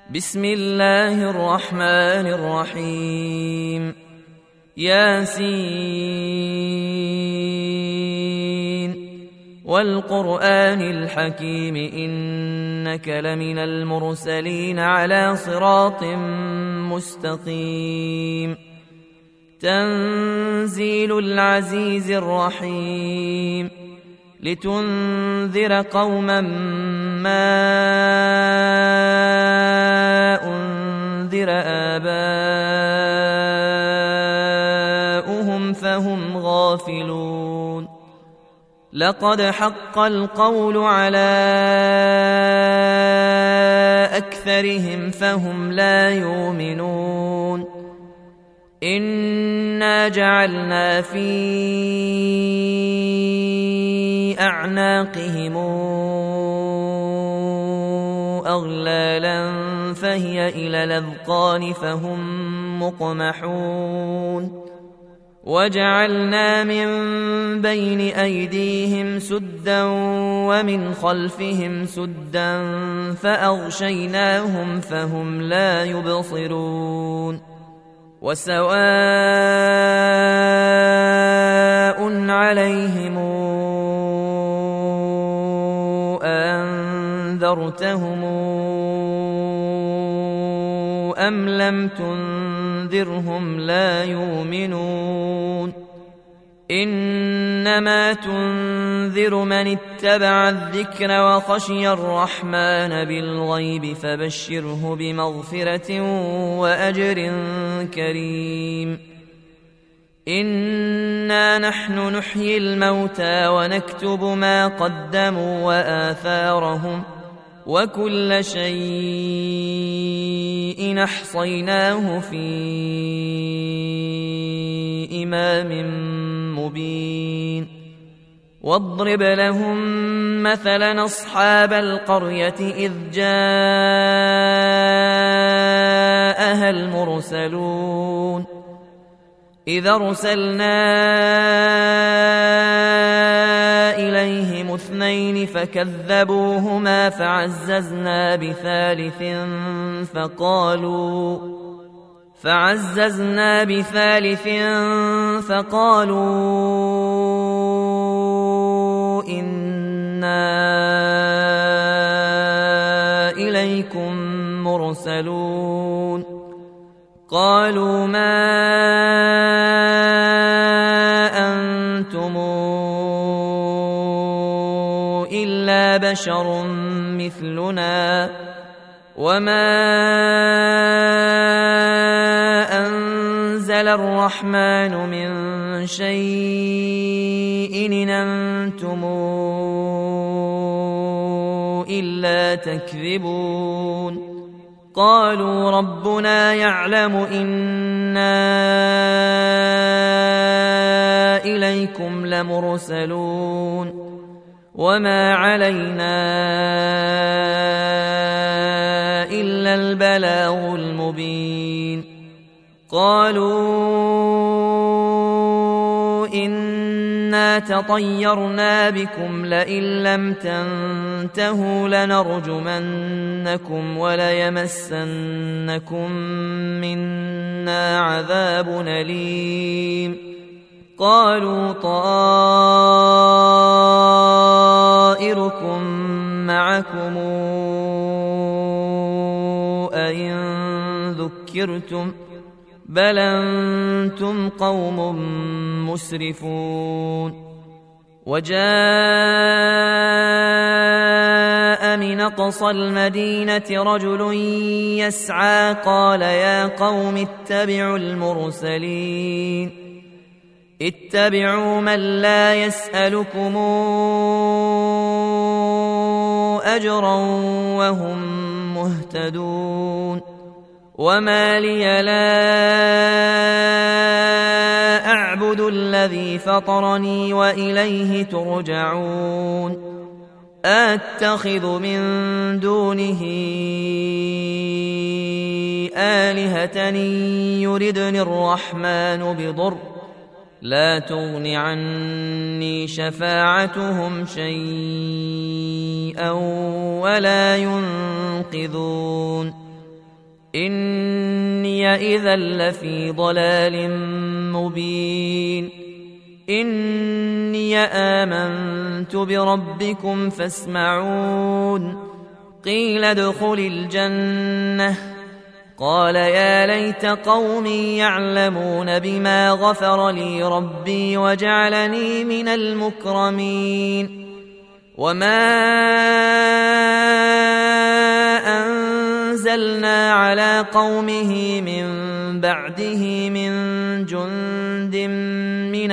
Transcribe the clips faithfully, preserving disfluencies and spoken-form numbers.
بسم الله الرحمن الرحيم. ياسين والقرآن الحكيم إنك لمن المرسلين على صراط مستقيم. تنزيل العزيز الرحيم لتنذر قوما ما أنذر آباؤهم فهم غافلون. لقد حق القول على أكثرهم فهم لا يؤمنون. إنا جعلنا في أعناقهم أغلالا فهي إلى الأذقان فهم مقمحون. وجعلنا من بين أيديهم سدا ومن خلفهم سدا فأغشيناهم فهم لا يبصرون. وسواء عليهم أنذرتهم أم لم تنذرهم لا يؤمنون. إنما تنذر من اتبع الذكر وخشي الرحمن بالغيب فبشره بمغفرة وأجر كريم. إنا نحن نحيي الموتى ونكتب ما قدموا وآثارهم وكل شيء أحصيناه في إمام مبين. واضرب لهم مثلا أصحاب القرية إذ جاءها المرسلون إذ أرسلنا إليهم اثنين فكذبوهما فعززنا بثالث فقالوا فعززنا بثالث فقالوا إنا إليكم مرسلون. قالوا ما أنتم إلا بشر مثلنا وما أنزل الرحمن من شيء إن أنتم إلا تكذبون. قالوا ربنا يعلم إنا إليكم لمرسلون وما علينا إلا البلاغ المبين. قالوا إنا تطيرنا بكم لئن لم تنتهوا لنرجمنكم وليمسنكم منا عذاب أليم. قالوا طائركم معكم أئن ذكرتم بل أنتم قوم مسرفون. وجاء من أقصى المدينة رجل يسعى قال يا قوم اتبعوا المرسلين اتبعوا من لا يسألكم أجرا وهم مهتدون. وما لي لا أعبد الذي فطرني وإليه ترجعون. أتخذ من دونه آلهة يردني الرحمن بضر لا تغن عني شفاعتهم شيئا ولا ينقذون إني إذا لفي ضلال مبين إني آمنت بربكم فاسمعون قيل ادخل الجنة قال يا ليت قومي يعلمون بما غفر لي ربي وجعلني من المكرمين وما أنزلنا على قومه من بعده من جند من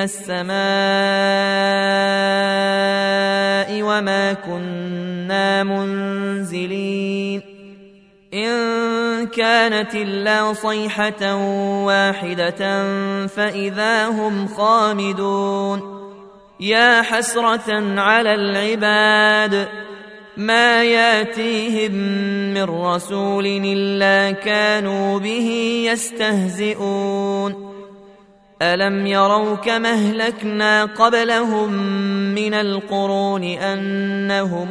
السماء وما كنا منزلين إن كانت إلا صيحة واحدة فإذا هم خامدون يا حسرة على العباد ما ياتيهم من رسول إلا كانوا به يستهزئون ألم يروا كما أهلكنا قبلهم من القرون أنهم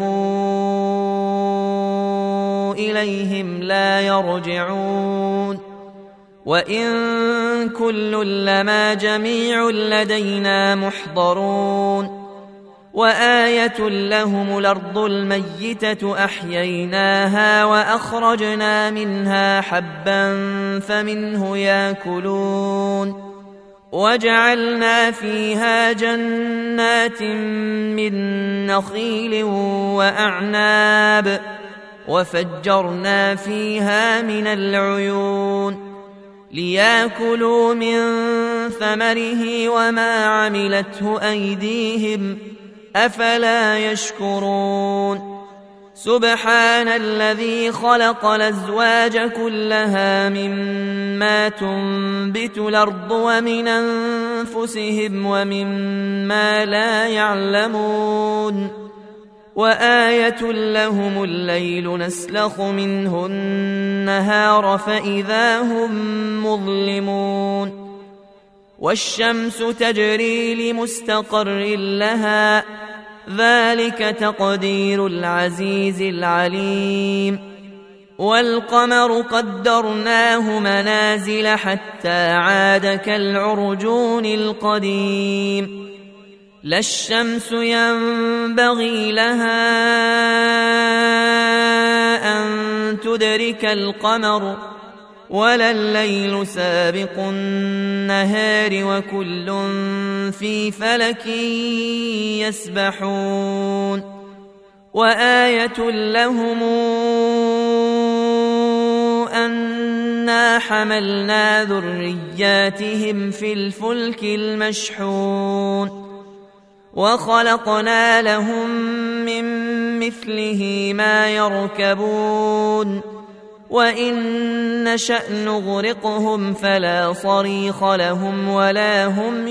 إليهم لا يرجعون وإن كل لما جميع لدينا محضرون وآية لهم الأرض الميتة أحييناها وأخرجنا منها حبا فمنه يأكلون وجعلنا فيها جنات من نخيل وأعناب وفجرنا فيها من العيون ليأكلوا من ثمره وما عملته أيديهم أفلا يشكرون سبحان الذي خلق الأزواج كلها مما تنبت الأرض ومن أنفسهم ومما لا يعلمون وآية لهم الليل نسلخ منه النهار فإذا هم مظلمون والشمس تجري لمستقر لها ذلك تقدير العزيز العليم والقمر قدرناه منازل حتى عاد كالعرجون القديم لا الشمس ينبغي لها أن تدرك القمر ولا الليل سابق النهار وكل في فلك يسبحون وآية لهم أنا حملنا ذرياتهم في الفلك المشحون وخلقنا لهم من مثله ما يركبون وإن نشأ نغرقهم فلا صريخ لهم ولا هم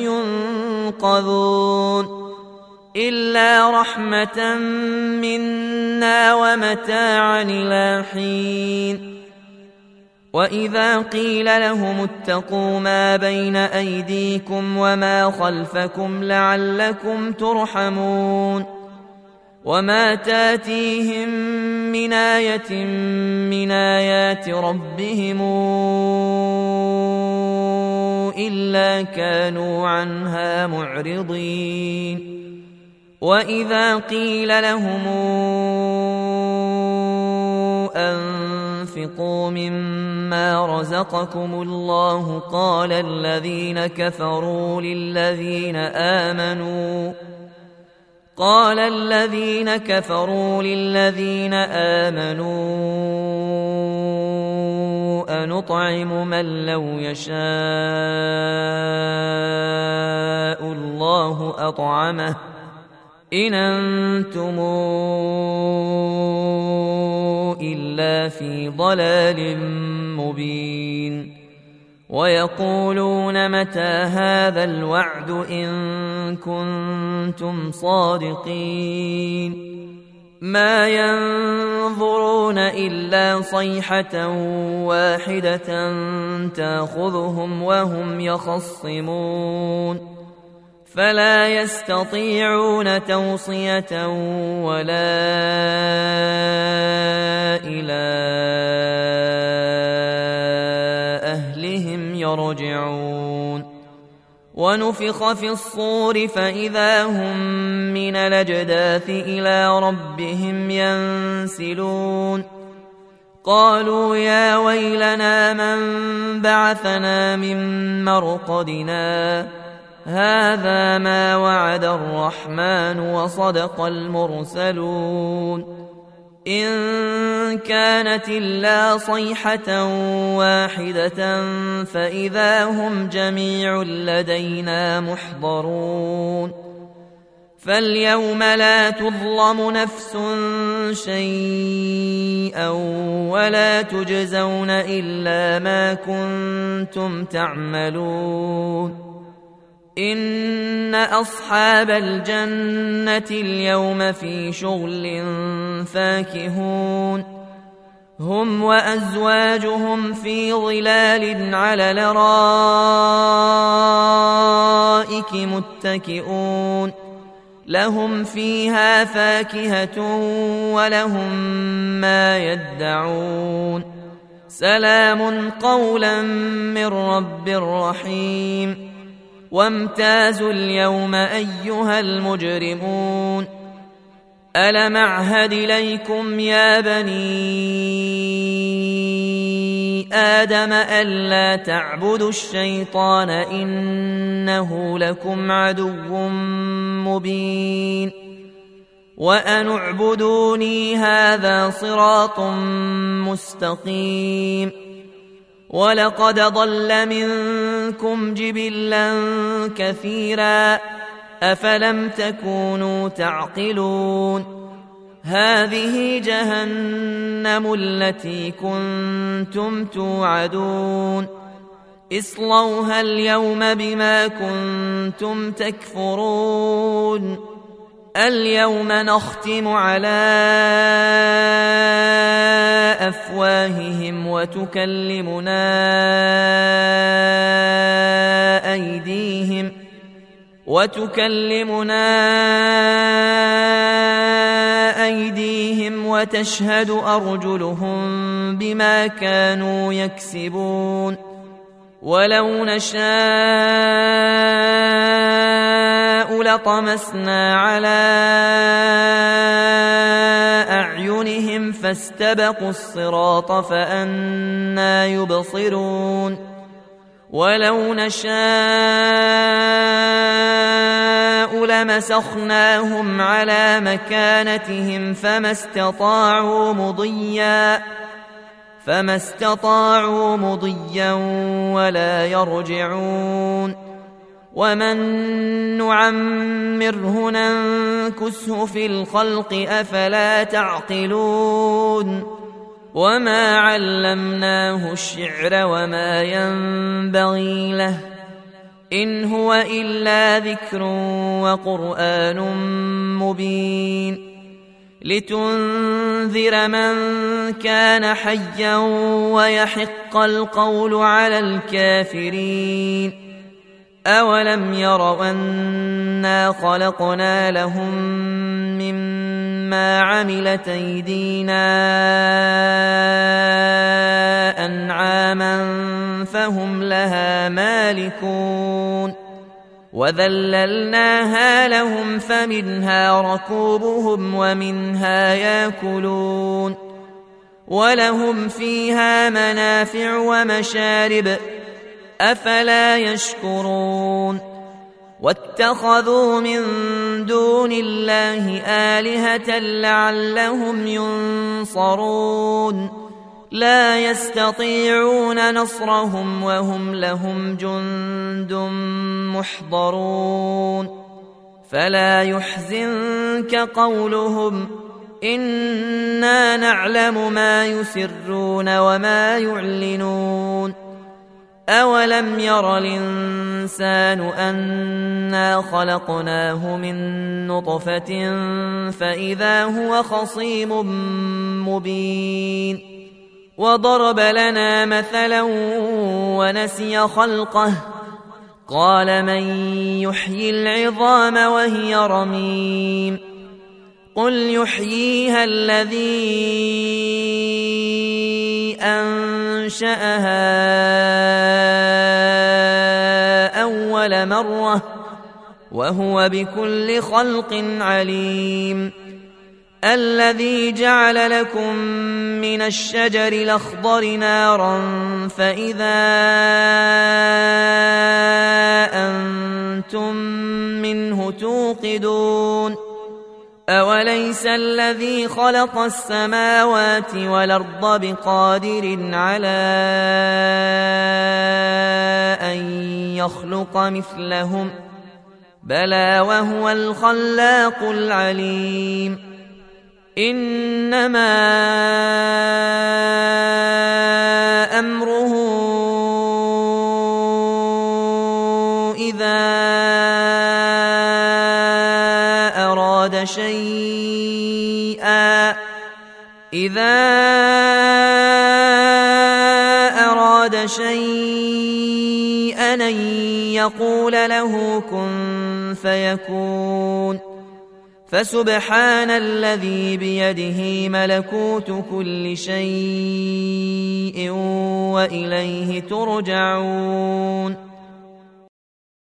ينقذون إلا رحمة منا ومتاعا إلى حين وإذا قيل لهم اتقوا ما بين أيديكم وما خلفكم لعلكم ترحمون وما تاتيهم من آية من آيات ربهم إلا كانوا عنها معرضين وإذا قيل لهم أنفقوا مما رزقكم الله قال الذين كفروا للذين آمنوا قال الذين كفروا للذين آمنوا أنطعم من لو يشاء الله أطعمه إن أنتم إلا في ضلال مبين ويقولون متى هذا الوعد إن كنتم صادقين ما ينظرون إلا صيحة واحدة تأخذهم وهم يخصمون فلا يستطيعون توصية ولا إلى يرجعون ونفخ في الصور فإذا هم من الأجداث إلى ربهم ينسلون قالوا يا ويلنا من بعثنا من مرقدنا هذا ما وعد الرحمن وصدق المرسلون إن كانت إلا صيحة واحدة فإذا هم جميع لدينا محضرون فاليوم لا تظلم نفس شيئا ولا تجزون إلا ما كنتم تعملون إن أصحاب الجنة اليوم في شغل فاكهون هم وأزواجهم في ظلال على الأرائك متكئون لهم فيها فاكهة ولهم ما يدعون سلام قولا من رب رحيم وامتازوا اليوم أيها المجرمون ألم أعهد إليكم يا بني آدم ألا تعبدوا الشيطان إنه لكم عدو مبين وأن اعبدوني هذا صراط مستقيم ولقد ضل منكم جبلا كثيرا أفلم تكونوا تعقلون هذه جهنم التي كنتم توعدون اصلوها اليوم بما كنتم تكفرون اليوم نختم على أفواههم وتكلمنا أيديهم وتكلمنا أيديهم وتشهد أرجلهم بما كانوا يكسبون ولو نشاء لطمسنا على أعينهم فاستبقوا الصراط فأنى يبصرون ولو نشاء لمسخناهم على مكانتهم فما استطاعوا مضيا فما استطاعوا مضيا ولا يرجعون ومن نعمره ننكسه في الخلق أفلا تعقلون وما علمناه الشعر وما ينبغي له إن هو إلا ذكر وقرآن مبين لتنذر من كان حيا ويحق القول على الكافرين أولم يروا أنا خلقنا لهم مما عملت أيدينا أنعاما فهم لها مالكون وذللناها لهم فمنها ركوبهم ومنها ياكلون ولهم فيها منافع ومشارب أفلا يشكرون واتخذوا من دون الله آلهة لعلهم ينصرون لا يستطيعون نصرهم وهم لهم جند محضرون فلا يحزنك قولهم إنا نعلم ما يسرون وما يعلنون أولم ير الإنسان أنا خلقناه من نطفة فإذا هو خصيم مبين وضرب لنا مثلا ونسي خلقه قال من يحيي العظام وهي رميم قل يحييها الذي أنشأها أول مرة وهو بكل خلق عليم الذي جعل لكم من الشجر الأخضر نارا فإذا أنتم منه توقدون أوليس الذي خلق السماوات والأرض بقادر على أن يخلق مثلهم بلى وهو الخلاق العليم إنما أمره إذا أراد شيئا إذا أراد شيئا أن يقول له كن فيكون فسبحان الذي بيده ملكوت كل شيء وإليه ترجعون